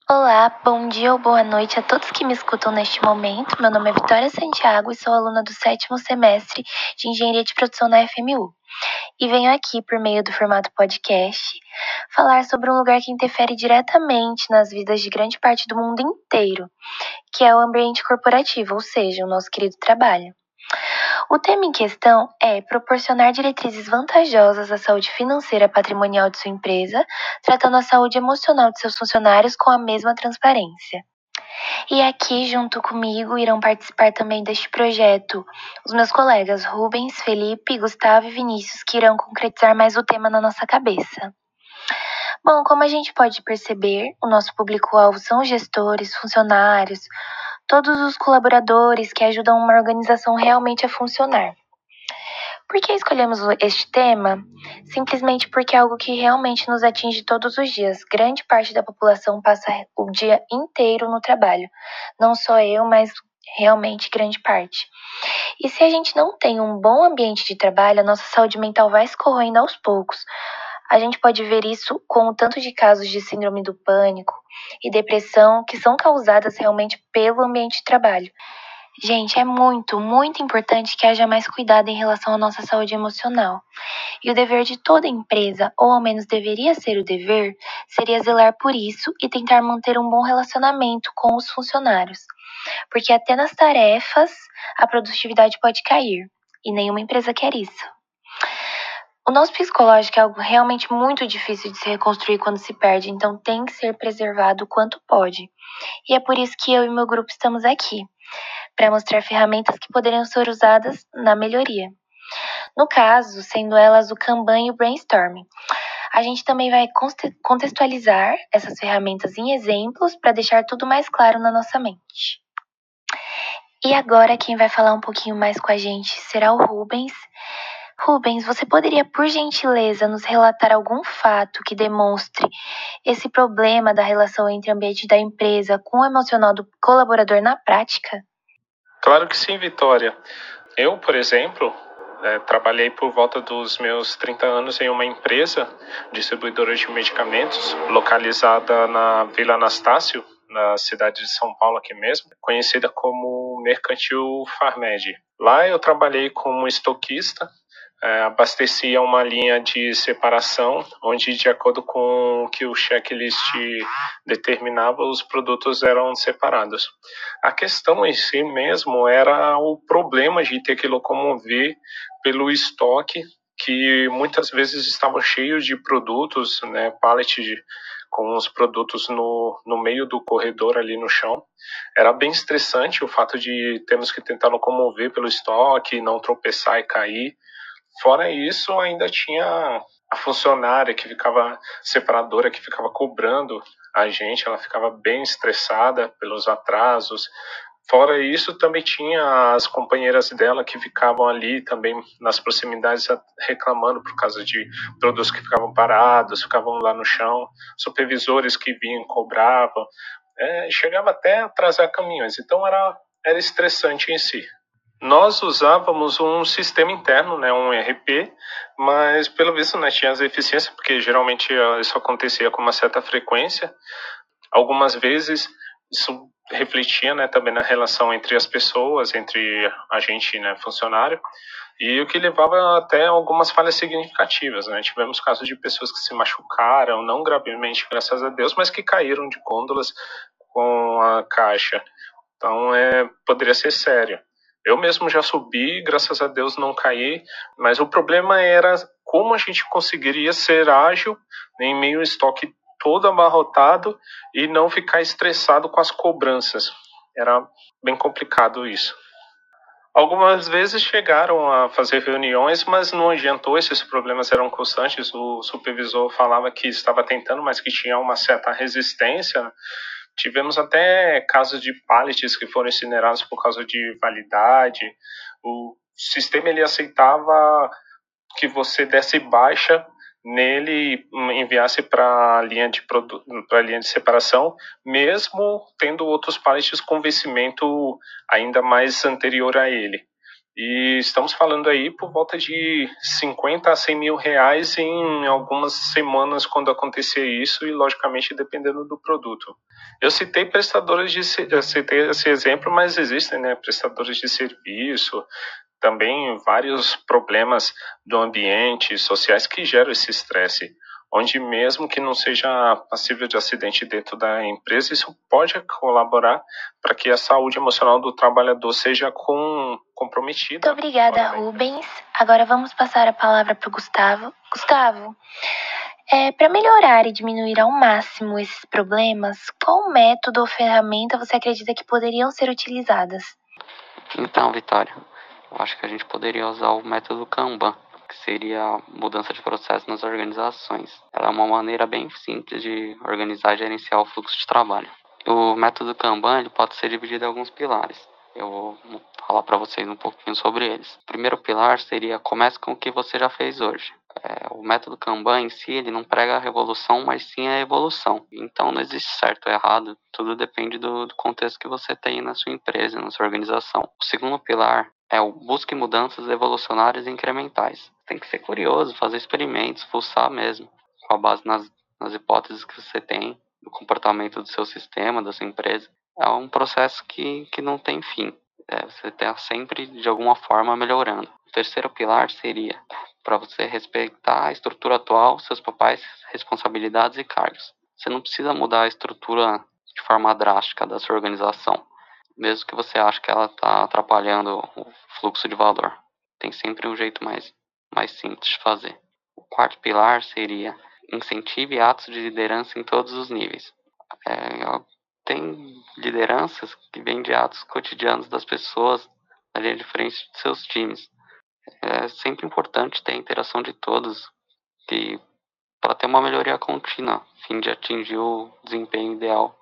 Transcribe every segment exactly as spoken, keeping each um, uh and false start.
Olá, bom dia ou boa noite a todos que me escutam neste momento. Meu nome é Vitória Santiago e sou aluna do sétimo semestre de Engenharia de Produção na F M U. E venho aqui, por meio do formato podcast, falar sobre um lugar que interfere diretamente nas vidas de grande parte do mundo inteiro, que é o ambiente corporativo, ou seja, o nosso querido trabalho. O tema em questão é proporcionar diretrizes vantajosas à saúde financeira patrimonial de sua empresa, tratando a saúde emocional de seus funcionários com a mesma transparência. E aqui, junto comigo, irão participar também deste projeto os meus colegas Rubens, Felipe, Gustavo e Vinícius, que irão concretizar mais o tema na nossa cabeça. Bom, como a gente pode perceber, o nosso público-alvo são gestores, funcionários, todos os colaboradores que ajudam uma organização realmente a funcionar. Por que escolhemos este tema? Simplesmente porque é algo que realmente nos atinge todos os dias. Grande parte da população passa o dia inteiro no trabalho. Não só eu, mas realmente grande parte. E se a gente não tem um bom ambiente de trabalho, a nossa saúde mental vai se corroendo aos poucos. A gente pode ver isso com o tanto de casos de síndrome do pânico e depressão que são causadas realmente pelo ambiente de trabalho. Gente, é muito, muito importante que haja mais cuidado em relação à nossa saúde emocional. E o dever de toda empresa, ou ao menos deveria ser o dever, seria zelar por isso e tentar manter um bom relacionamento com os funcionários. Porque até nas tarefas, a produtividade pode cair. E nenhuma empresa quer isso. O nosso psicológico é algo realmente muito difícil de se reconstruir quando se perde, então tem que ser preservado o quanto pode. E é por isso que eu e meu grupo estamos aqui, para mostrar ferramentas que poderiam ser usadas na melhoria. No caso, sendo elas o Kanban e o Brainstorming. A gente também vai contextualizar essas ferramentas em exemplos para deixar tudo mais claro na nossa mente. E agora quem vai falar um pouquinho mais com a gente será o Rubens. Rubens, você poderia, por gentileza, nos relatar algum fato que demonstre esse problema da relação entre o ambiente da empresa com o emocional do colaborador na prática? Claro que sim, Vitória. Eu, por exemplo, é, trabalhei por volta dos meus trinta anos em uma empresa distribuidora de medicamentos localizada na Vila Anastácio, na cidade de São Paulo aqui mesmo, conhecida como Mercantil Farmed. Lá eu trabalhei como estoquista, é, abastecia uma linha de separação, onde de acordo com o que o checklist determinava, os produtos eram separados. A questão em si mesmo era o problema de ter que locomover pelo estoque, que muitas vezes estavam cheios de produtos, né, pallet de, com os produtos no, no meio do corredor ali no chão. Era bem estressante o fato de termos que tentar locomover pelo estoque, não tropeçar e cair. Fora isso, ainda tinha a funcionária que ficava, separadora, que ficava cobrando a gente, ela ficava bem estressada pelos atrasos. Fora isso, também tinha as companheiras dela que ficavam ali também nas proximidades reclamando por causa de produtos que ficavam parados, ficavam lá no chão, supervisores que vinham e cobravam, é, chegava até a atrasar caminhões, então era, era estressante em si. Nós usávamos um sistema interno, né, um E R P, mas pelo visto, né, tinha as deficiências, porque geralmente isso acontecia com uma certa frequência. Algumas vezes isso refletia, né, também na relação entre as pessoas, entre a gente, né, funcionário, e o que levava até algumas falhas significativas, né? Tivemos casos de pessoas que se machucaram, não gravemente, graças a Deus, mas que caíram de gôndolas com a caixa. Então, é, poderia ser sério. Eu mesmo já subi, graças a Deus não caí, mas o problema era como a gente conseguiria ser ágil em meio ao estoque todo abarrotado e não ficar estressado com as cobranças. Era bem complicado isso. Algumas vezes chegaram a fazer reuniões, mas não adiantou, esses problemas eram constantes. O supervisor falava que estava tentando, mas que tinha uma certa resistência. Tivemos até casos de pallets que foram incinerados por causa de validade. O sistema ele aceitava que você desse baixa nele e enviasse para a linha de produ- para a linha de separação, mesmo tendo outros pallets com vencimento ainda mais anterior a ele. E estamos falando aí por volta de cinquenta a cem mil reais em algumas semanas quando acontecer isso e, logicamente, dependendo do produto. Eu citei prestadores de eu citei esse exemplo, mas existem, né, prestadores de serviço, também vários problemas do ambiente, sociais que geram esse estresse, onde mesmo que não seja passível de acidente dentro da empresa, isso pode colaborar para que a saúde emocional do trabalhador seja com, comprometida. Muito obrigada, Rubens. Agora vamos passar a palavra para o Gustavo. Gustavo, é, para melhorar e diminuir ao máximo esses problemas, qual método ou ferramenta você acredita que poderiam ser utilizadas? Então, Vitória, eu acho que a gente poderia usar o método Kanban, que seria a mudança de processo nas organizações. Ela é uma maneira bem simples de organizar e gerenciar o fluxo de trabalho. O método Kanban ele pode ser dividido em alguns pilares. Eu vou falar para vocês um pouquinho sobre eles. O primeiro pilar seria comece com o que você já fez hoje. É, o método Kanban em si, ele não prega a revolução, mas sim a evolução. Então não existe certo ou errado, tudo depende do, do contexto que você tem na sua empresa, na sua organização. O segundo pilar é o busque mudanças evolucionárias e incrementais. Tem que ser curioso, fazer experimentos, pulsar mesmo, com a base nas, nas hipóteses que você tem, do comportamento do seu sistema, da sua empresa. É um processo que, que não tem fim. É, você está sempre, de alguma forma, melhorando. O terceiro pilar seria para você respeitar a estrutura atual, seus papéis, responsabilidades e cargos. Você não precisa mudar a estrutura de forma drástica da sua organização, mesmo que você ache que ela está atrapalhando o fluxo de valor. Tem sempre um jeito mais, mais simples de fazer. O quarto pilar seria incentive atos de liderança em todos os níveis. É, tem lideranças que vêm de atos cotidianos das pessoas na linha de frente de seus times. É sempre importante ter a interação de todos e para ter uma melhoria contínua, a fim de atingir o desempenho ideal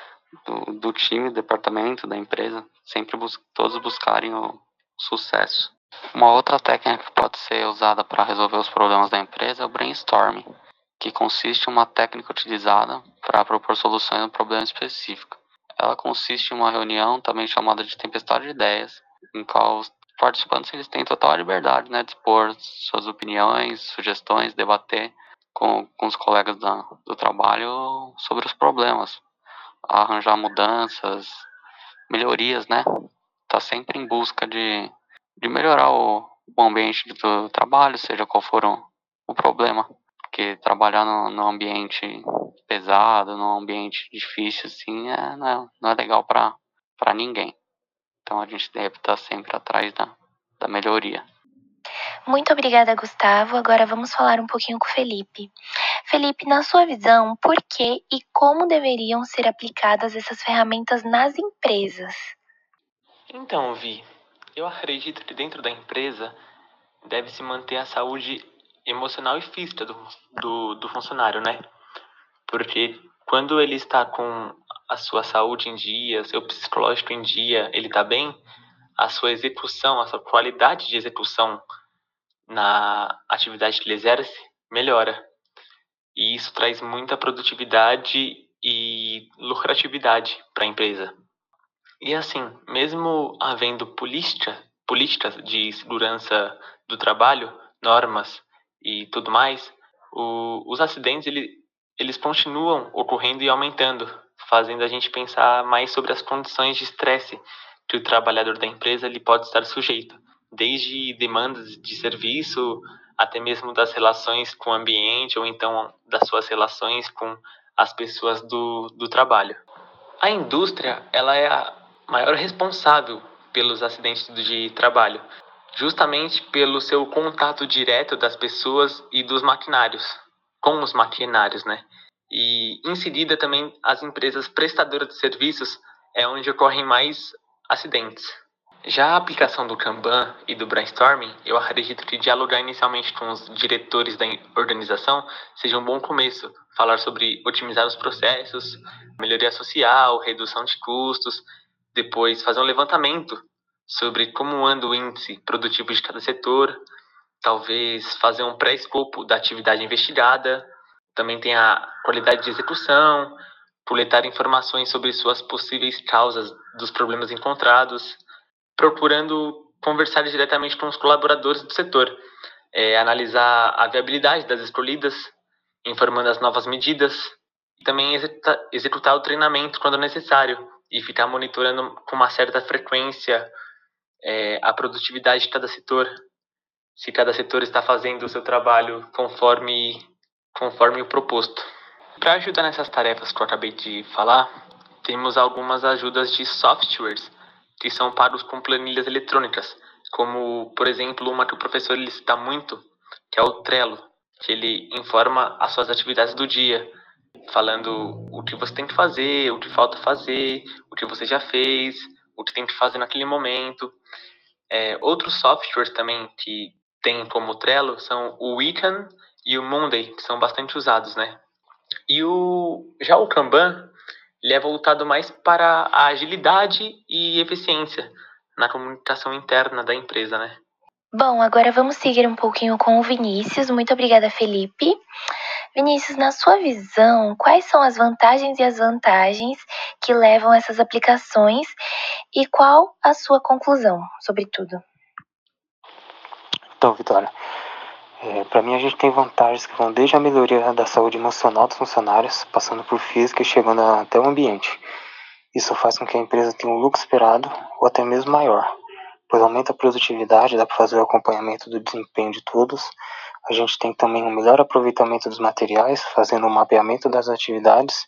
do, do time, do departamento, da empresa, sempre bus- todos buscarem o sucesso. Uma outra técnica que pode ser usada para resolver os problemas da empresa é o brainstorming, que consiste em uma técnica utilizada para propor soluções a um problema específico. Ela consiste em uma reunião, também chamada de tempestade de ideias, em qual os participantes eles têm total liberdade, né, de expor suas opiniões, sugestões, debater com, com os colegas da, do trabalho sobre os problemas, arranjar mudanças, melhorias, né? Tá sempre em busca de, de melhorar o, o ambiente do trabalho, seja qual for o, o problema. Porque trabalhar no, no ambiente pesado, num ambiente difícil, assim, é, não, é, não é legal para para ninguém. Então a gente deve estar sempre atrás da, da melhoria. Muito obrigada, Gustavo. Agora vamos falar um pouquinho com o Felipe. Felipe, na sua visão, por que e como deveriam ser aplicadas essas ferramentas nas empresas? Então, Vi, eu acredito que dentro da empresa deve-se manter a saúde emocional e física do, do, do funcionário, né? Porque quando ele está com a sua saúde em dia, seu psicológico em dia, ele está bem, a sua execução, a sua qualidade de execução na atividade que ele exerce melhora. E isso traz muita produtividade e lucratividade para a empresa. E assim, mesmo havendo política, políticas de segurança do trabalho, normas e tudo mais, o, os acidentes ele, eles continuam ocorrendo e aumentando, fazendo a gente pensar mais sobre as condições de estresse que o trabalhador da empresa ele pode estar sujeito, desde demandas de serviço até mesmo das relações com o ambiente ou então das suas relações com as pessoas do, do trabalho. A indústria, ela é a maior responsável pelos acidentes de trabalho, justamente pelo seu contato direto das pessoas e dos maquinários, com os maquinários, né? E em seguida também as empresas prestadoras de serviços é onde ocorrem mais acidentes. Já a aplicação do Kanban e do brainstorming, eu acredito que dialogar inicialmente com os diretores da organização seja um bom começo. Falar sobre otimizar os processos, melhoria social, redução de custos, depois fazer um levantamento sobre como anda o índice produtivo de cada setor, talvez fazer um pré-escopo da atividade investigada, também tem a qualidade de execução, coletar informações sobre suas possíveis causas dos problemas encontrados, procurando conversar diretamente com os colaboradores do setor, é, analisar a viabilidade das escolhidas, informando as novas medidas, e também executar, executar o treinamento quando necessário e ficar monitorando com uma certa frequência é, a produtividade de cada setor, se cada setor está fazendo o seu trabalho conforme, conforme o proposto. Para ajudar nessas tarefas que eu acabei de falar, temos algumas ajudas de softwares que são pagos com planilhas eletrônicas, como, por exemplo, uma que o professor ele cita muito, que é o Trello, que ele informa as suas atividades do dia, falando o que você tem que fazer, o que falta fazer, o que você já fez, o que tem que fazer naquele momento. É, outros softwares também que tem como Trello são o Weekend e o Monday, que são bastante usados, né? E o, já o Kanban, ele é voltado mais para a agilidade e eficiência na comunicação interna da empresa, né? Bom, agora vamos seguir um pouquinho com o Vinícius. Muito obrigada, Felipe. Vinícius, na sua visão, quais são as vantagens e as vantagens que levam essas aplicações e qual a sua conclusão sobre tudo? Então, Vitória, é, para mim a gente tem vantagens que vão desde a melhoria da saúde emocional dos funcionários, passando por física e chegando até o ambiente. Isso faz com que a empresa tenha um lucro esperado ou até mesmo maior, pois aumenta a produtividade, dá para fazer o acompanhamento do desempenho de todos. A gente tem também um melhor aproveitamento dos materiais, fazendo um mapeamento das atividades.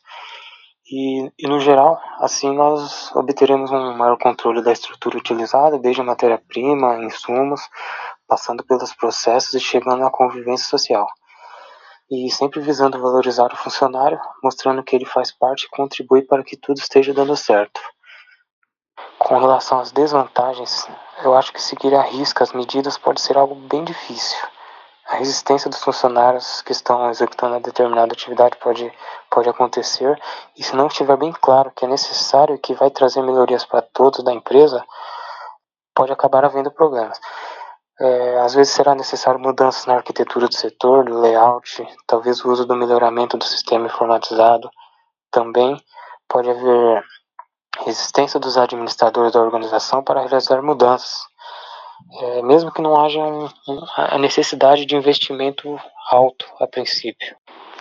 E, e no geral, assim nós obteremos um maior controle da estrutura utilizada, desde a matéria-prima, insumos, passando pelos processos e chegando à convivência social. E sempre visando valorizar o funcionário, mostrando que ele faz parte e contribui para que tudo esteja dando certo. Com relação às desvantagens, eu acho que seguir à risca as medidas pode ser algo bem difícil. A resistência dos funcionários que estão executando a determinada atividade pode, pode acontecer, e se não estiver bem claro que é necessário e que vai trazer melhorias para todos da empresa, pode acabar havendo problemas. É, às vezes será necessário mudanças na arquitetura do setor, do layout, talvez o uso do melhoramento do sistema informatizado. Também pode haver resistência dos administradores da organização para realizar mudanças, é, mesmo que não haja um, um, a necessidade de investimento alto a princípio.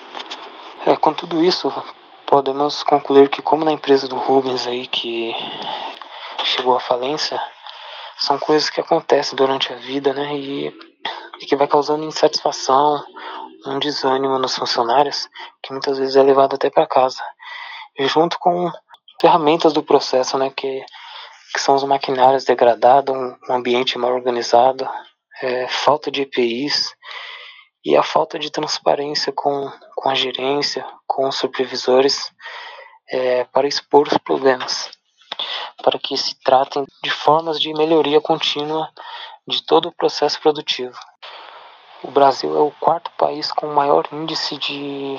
É, com tudo isso, podemos concluir que, como na empresa do Rubens aí, que chegou à falência, são coisas que acontecem durante a vida, né, e, e que vai causando insatisfação, um desânimo nos funcionários, que muitas vezes é levado até para casa, e junto com ferramentas do processo, né, que, que são os maquinários degradados, um, um ambiente mal organizado, é, falta de E P Is e a falta de transparência com, com a gerência, com os supervisores, é, para expor os problemas, para que se tratem de formas de melhoria contínua de todo o processo produtivo. O Brasil é o quarto país com o maior índice de,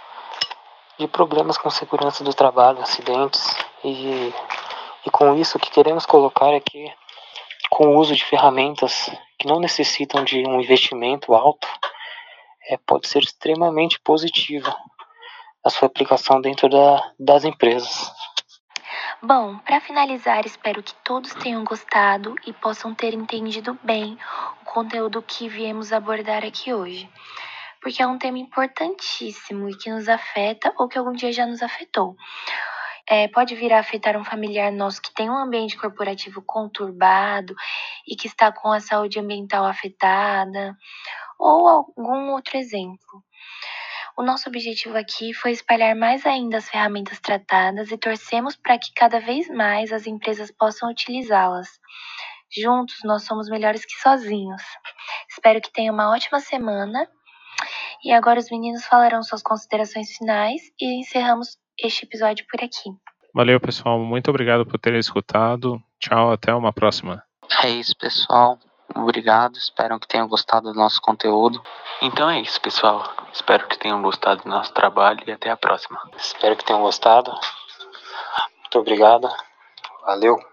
de problemas com segurança do trabalho, acidentes, e, e com isso o que queremos colocar é que, com o uso de ferramentas que não necessitam de um investimento alto, é, pode ser extremamente positiva a sua aplicação dentro da, das empresas. Bom, para finalizar, espero que todos tenham gostado e possam ter entendido bem o conteúdo que viemos abordar aqui hoje, porque é um tema importantíssimo e que nos afeta ou que algum dia já nos afetou. É, pode vir a afetar um familiar nosso que tem um ambiente corporativo conturbado e que está com a saúde ambiental afetada, ou algum outro exemplo. O nosso objetivo aqui foi espalhar mais ainda as ferramentas tratadas e torcemos para que cada vez mais as empresas possam utilizá-las. Juntos, nós somos melhores que sozinhos. Espero que tenham uma ótima semana. E agora os meninos falarão suas considerações finais e encerramos este episódio por aqui. Valeu, pessoal. Muito obrigado por terem escutado. Tchau, até uma próxima. É isso, pessoal. Obrigado, espero que tenham gostado do nosso conteúdo. Então é isso, pessoal. Espero que tenham gostado do nosso trabalho e até a próxima. Espero que tenham gostado. Muito obrigado. Valeu.